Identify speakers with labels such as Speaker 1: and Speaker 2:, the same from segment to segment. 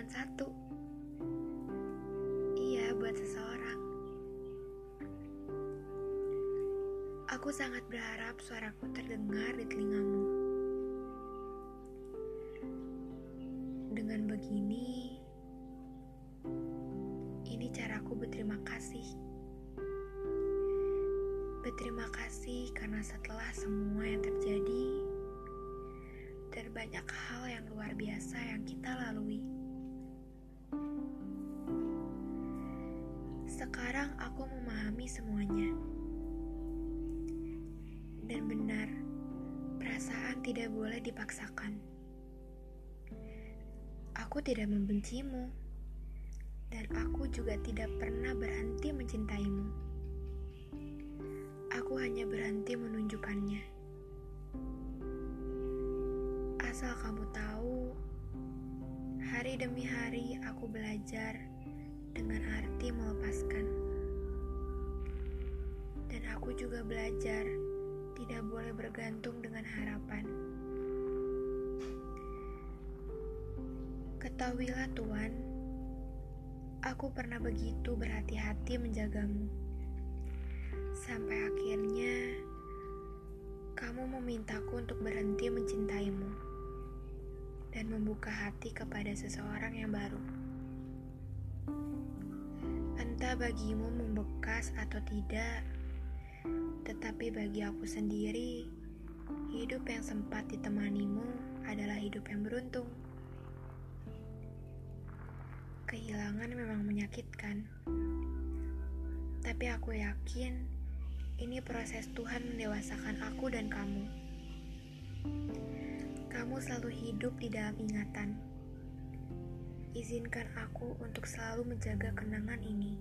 Speaker 1: cuma satu. Iya, buat seseorang. Aku sangat berharap suaraku terdengar di telingamu. Dengan begini, ini caraku berterima kasih. Berterima kasih karena setelah semua yang terjadi, banyak hal yang luar biasa yang kita lalui. Sekarang aku memahami semuanya. Dan benar, perasaan tidak boleh dipaksakan. Aku tidak membencimu, dan aku juga tidak pernah berhenti mencintaimu. Aku hanya berhenti menunjukkannya. Asal kamu tahu, hari demi hari aku belajar dengan arti melepaskan. Dan aku juga belajar tidak boleh bergantung dengan harapan. Ketahuilah Tuhan, aku pernah begitu berhati-hati menjagamu. Sampai akhirnya, kamu memintaku untuk berhenti mencintaimu dan membuka hati kepada seseorang yang baru. Entah bagimu membekas atau tidak, tetapi bagi aku sendiri, hidup yang sempat ditemanimu adalah hidup yang beruntung. Kehilangan memang menyakitkan, tapi aku yakin ini proses Tuhan mendewasakan aku dan kamu. Kamu selalu hidup di dalam ingatan. Izinkan aku untuk selalu menjaga kenangan ini.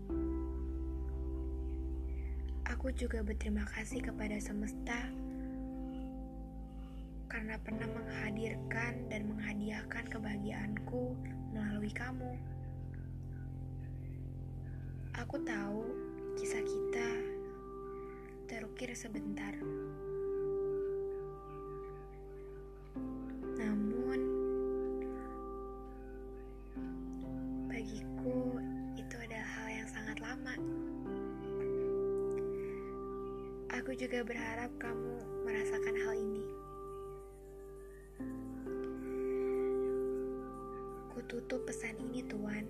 Speaker 1: Aku juga berterima kasih kepada semesta karena pernah menghadirkan dan menghadiahkan kebahagiaanku melalui kamu. Aku tahu kisah kita terukir sebentar. Namun, bagiku itu adalah hal yang sangat lama. Aku juga berharap kamu merasakan hal ini. Kututup pesan ini, Tuhan.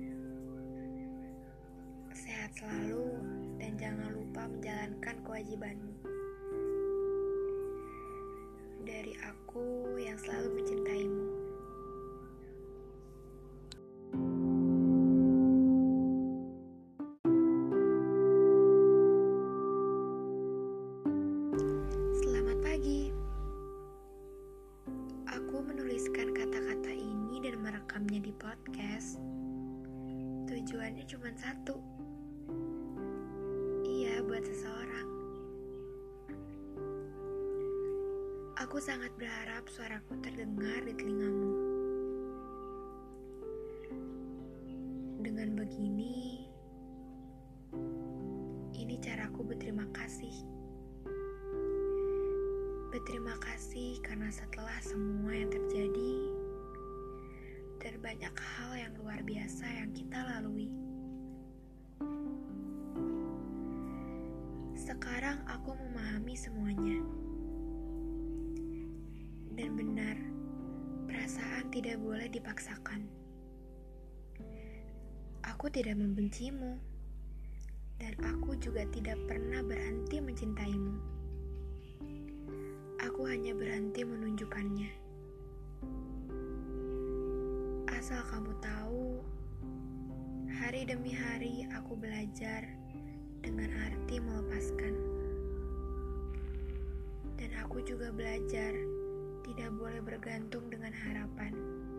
Speaker 1: Sehat selalu dan jangan lupa menjalankan kewajibanmu. Dari aku yang selalu mencintaimu. Selamat pagi. Aku menuliskan kata-kata ini dan merekamnya di podcast. Tujuannya cuma satu. Iya, buat seseorang. Aku sangat berharap suaraku terdengar di telingamu. Dengan begini, ini caraku berterima kasih. Berterima kasih karena setelah semua yang terjadi, banyak hal yang luar biasa yang kita lalui. Sekarang aku memahami semuanya. Dan benar, perasaan tidak boleh dipaksakan. Aku tidak membencimu, dan aku juga tidak pernah berhenti mencintaimu. Aku hanya berhenti menunjukkannya. Asal kamu tahu, hari demi hari aku belajar dengan arti melepaskan. Dan aku juga belajar tidak boleh bergantung dengan harapan.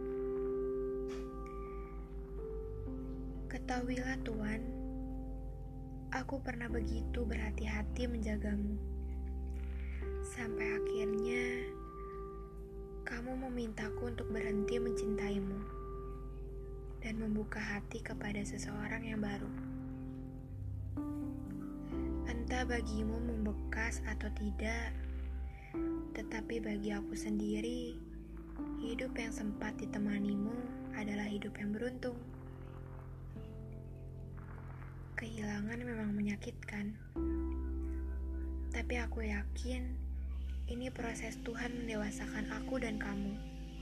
Speaker 1: Ketahuilah Tuhan, aku pernah begitu berhati-hati menjagamu. Sampai akhirnya, kamu memintaku untuk berhenti mencintaimu dan membuka hati kepada seseorang yang baru. Entah bagimu membekas atau tidak, tetapi bagi aku sendiri, hidup yang sempat ditemanimu adalah hidup yang beruntung. Kehilangan memang menyakitkan, tapi aku yakin ini proses Tuhan mendewasakan aku dan kamu.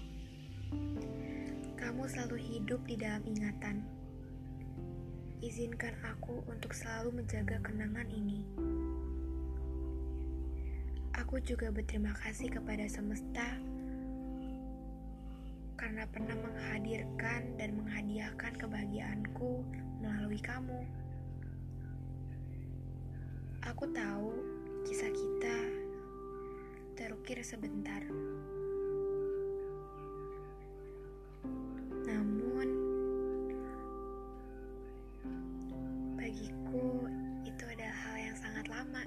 Speaker 1: Kamu selalu hidup di dalam ingatan. Izinkan aku untuk selalu menjaga kenangan ini. Aku juga berterima kasih kepada semesta karena pernah menghadirkan dan menghadiahkan kebahagiaanku melalui kamu. Aku tahu kisah kita terukir sebentar. Namun, bagiku itu adalah hal yang sangat lama.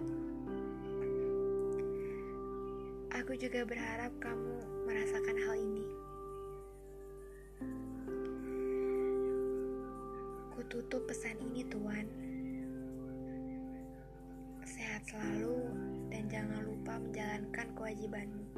Speaker 1: Aku juga berharap kamu merasakan hal ini. Kututup pesan ini, Tuan. Sehat selalu dan jangan lupa menjalankan kewajibanmu.